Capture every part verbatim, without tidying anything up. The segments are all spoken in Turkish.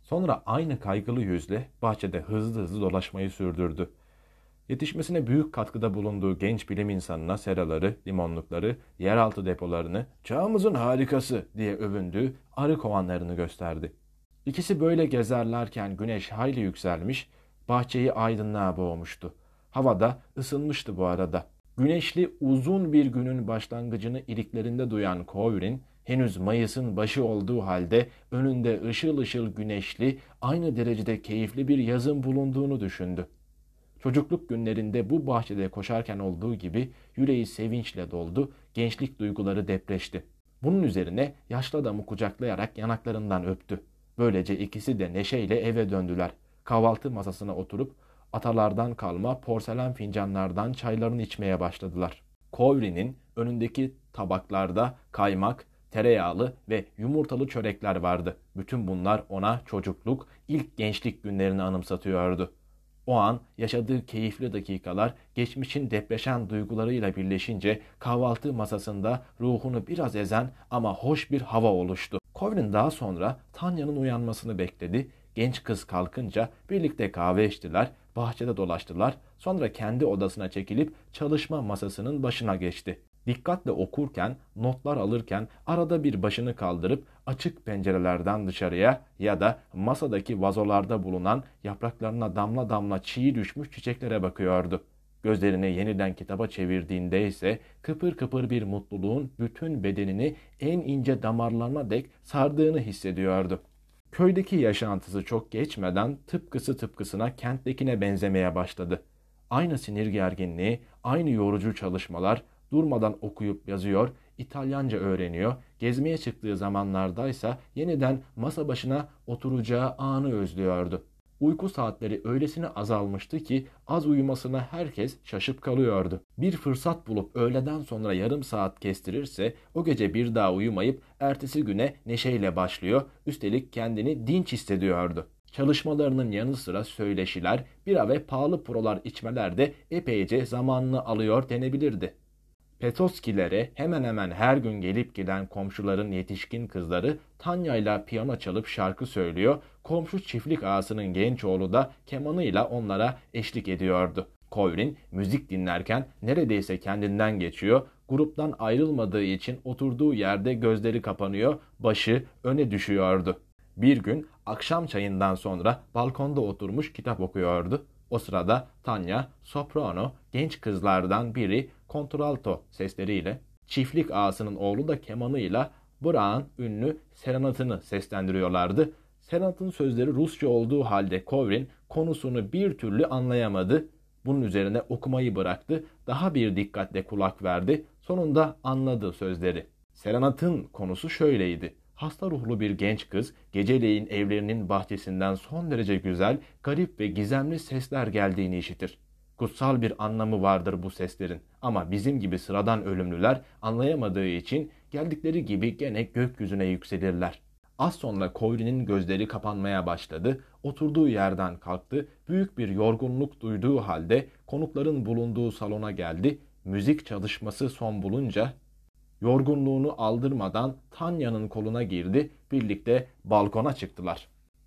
Sonra aynı kaygılı yüzle bahçede hızlı hızlı dolaşmayı sürdürdü. Yetişmesine büyük katkıda bulunduğu genç bilim insanına seraları, limonlukları, yeraltı depolarını, çağımızın harikası diye övündüğü arı kovanlarını gösterdi. İkisi böyle gezerlerken güneş hayli yükselmiş, bahçeyi aydınlığa boğmuştu. Havada ısınmıştı bu arada. Güneşli uzun bir günün başlangıcını iliklerinde duyan Corin, henüz Mayıs'ın başı olduğu halde önünde ışıl ışıl güneşli, aynı derecede keyifli bir yazın bulunduğunu düşündü. Çocukluk günlerinde bu bahçede koşarken olduğu gibi yüreği sevinçle doldu, gençlik duyguları depreşti. Bunun üzerine yaşlı adamı kucaklayarak yanaklarından öptü. Böylece ikisi de neşeyle eve döndüler. Kahvaltı masasına oturup atalardan kalma porselen fincanlardan çaylarını içmeye başladılar. Cowley'nin önündeki tabaklarda kaymak, tereyağlı ve yumurtalı çörekler vardı. Bütün bunlar ona çocukluk, ilk gençlik günlerini anımsatıyordu. O an yaşadığı keyifli dakikalar geçmişin depreşen duygularıyla birleşince kahvaltı masasında ruhunu biraz ezen ama hoş bir hava oluştu. Corin daha sonra Tanya'nın uyanmasını bekledi. Genç kız kalkınca birlikte kahve içtiler, bahçede dolaştılar. Sonra kendi odasına çekilip çalışma masasının başına geçti. Dikkatle okurken, notlar alırken arada bir başını kaldırıp açık pencerelerden dışarıya ya da masadaki vazolarda bulunan yapraklarına damla damla çiğ düşmüş çiçeklere bakıyordu. Gözlerini yeniden kitaba çevirdiğinde ise kıpır kıpır bir mutluluğun bütün bedenini en ince damarlarına dek sardığını hissediyordu. Köydeki yaşantısı çok geçmeden tıpkısı tıpkısına kenttekine benzemeye başladı. Aynı sinir gerginliği, aynı yorucu çalışmalar, durmadan okuyup yazıyor, İtalyanca öğreniyor, gezmeye çıktığı zamanlardaysa yeniden masa başına oturacağı anı özlüyordu. Uyku saatleri öylesine azalmıştı ki az uyumasına herkes şaşıp kalıyordu. Bir fırsat bulup öğleden sonra yarım saat kestirirse o gece bir daha uyumayıp ertesi güne neşeyle başlıyor, üstelik kendini dinç hissediyordu. Çalışmalarının yanı sıra söyleşiler, bira ve pahalı prolar içmeler de epeyce zamanını alıyor denebilirdi. Petoskilere hemen hemen her gün gelip giden komşuların yetişkin kızları Tanya'yla piyano çalıp şarkı söylüyor, komşu çiftlik ağasının genç oğlu da kemanıyla onlara eşlik ediyordu. Corin müzik dinlerken neredeyse kendinden geçiyor, gruptan ayrılmadığı için oturduğu yerde gözleri kapanıyor, başı öne düşüyordu. Bir gün akşam çayından sonra balkonda oturmuş kitap okuyordu. O sırada Tanya, soprano, genç kızlardan biri kontralto sesleriyle, çiftlik ağasının oğlu da kemanıyla Brahms'ın ünlü serenatını seslendiriyorlardı. Serenatın sözleri Rusça olduğu halde Corin konusunu bir türlü anlayamadı. Bunun üzerine okumayı bıraktı, daha bir dikkatle kulak verdi, sonunda anladı sözleri. Serenatın konusu şöyleydi. Hasta ruhlu bir genç kız geceleyin evlerinin bahçesinden son derece güzel, garip ve gizemli sesler geldiğini işitir. Kutsal bir anlamı vardır bu seslerin ama bizim gibi sıradan ölümlüler anlayamadığı için geldikleri gibi gene gökyüzüne yükselirler. Az sonra Corin'in gözleri kapanmaya başladı, oturduğu yerden kalktı, büyük bir yorgunluk duyduğu halde konukların bulunduğu salona geldi, müzik çalışması son bulunca yorgunluğunu aldırmadan Tanya'nın koluna girdi, birlikte balkona çıktılar.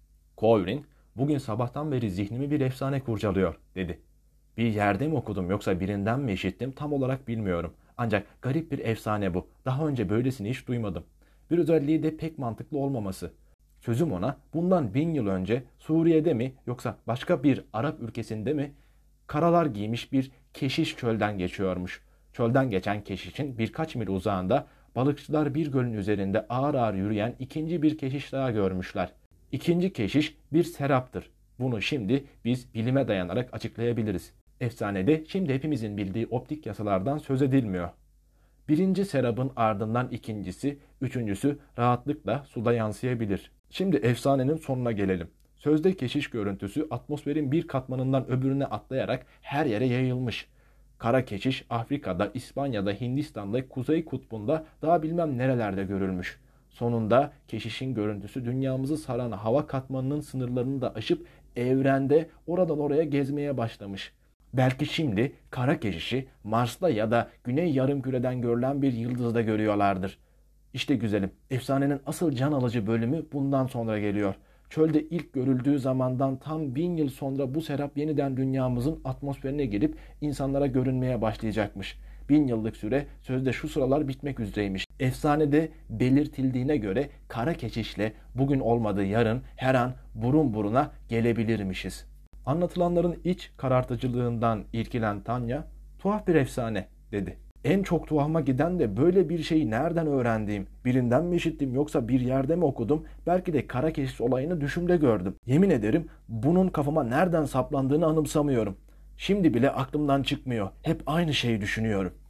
Corin, "Bugün sabahtan beri zihnimi bir efsane kurcalıyor," dedi. "Bir yerde mi okudum yoksa birinden mi işittim tam olarak bilmiyorum. Ancak garip bir efsane bu. Daha önce böylesini hiç duymadım. Bir özelliği de pek mantıklı olmaması. Sözüm ona bundan bin yıl önce Suriye'de mi yoksa başka bir Arap ülkesinde mi karalar giymiş bir keşiş çölden geçiyormuş. Çölden geçen keşişin birkaç mil uzağında balıkçılar bir gölün üzerinde ağır ağır yürüyen ikinci bir keşiş daha görmüşler. İkinci keşiş bir seraptır. Bunu şimdi biz bilime dayanarak açıklayabiliriz. Efsanede şimdi hepimizin bildiği optik yasalardan söz edilmiyor. Birinci serabın ardından ikincisi, üçüncüsü rahatlıkla suda yansıyabilir. Şimdi efsanenin sonuna gelelim. Sözde keşiş görüntüsü atmosferin bir katmanından öbürüne atlayarak her yere yayılmış. Kara keşiş Afrika'da, İspanya'da, Hindistan'da, Kuzey Kutbu'nda daha bilmem nerelerde görülmüş. Sonunda keşişin görüntüsü dünyamızı saran hava katmanının sınırlarını da aşıp evrende oradan oraya gezmeye başlamış. Belki şimdi kara keşişi Mars'ta ya da Güney Yarımküre'den görülen bir yıldızda görüyorlardır. İşte güzelim, efsanenin asıl can alıcı bölümü bundan sonra geliyor. Çölde ilk görüldüğü zamandan tam bin yıl sonra bu serap yeniden dünyamızın atmosferine girip insanlara görünmeye başlayacakmış. Bin yıllık süre sözde şu sıralar bitmek üzereymiş. Efsanede belirtildiğine göre kara keşişle bugün olmadığı yarın her an burun buruna gelebilirmişiz. Anlatılanların iç karartıcılığından irkilen Tanya, tuhaf bir efsane dedi. En çok tuhafıma giden de böyle bir şeyi nereden öğrendiğim, birinden mi işittim yoksa bir yerde mi okudum, belki de kara keşiş olayını düşümde gördüm. Yemin ederim bunun kafama nereden saplandığını anımsamıyorum. Şimdi bile aklımdan çıkmıyor. Hep aynı şeyi düşünüyorum.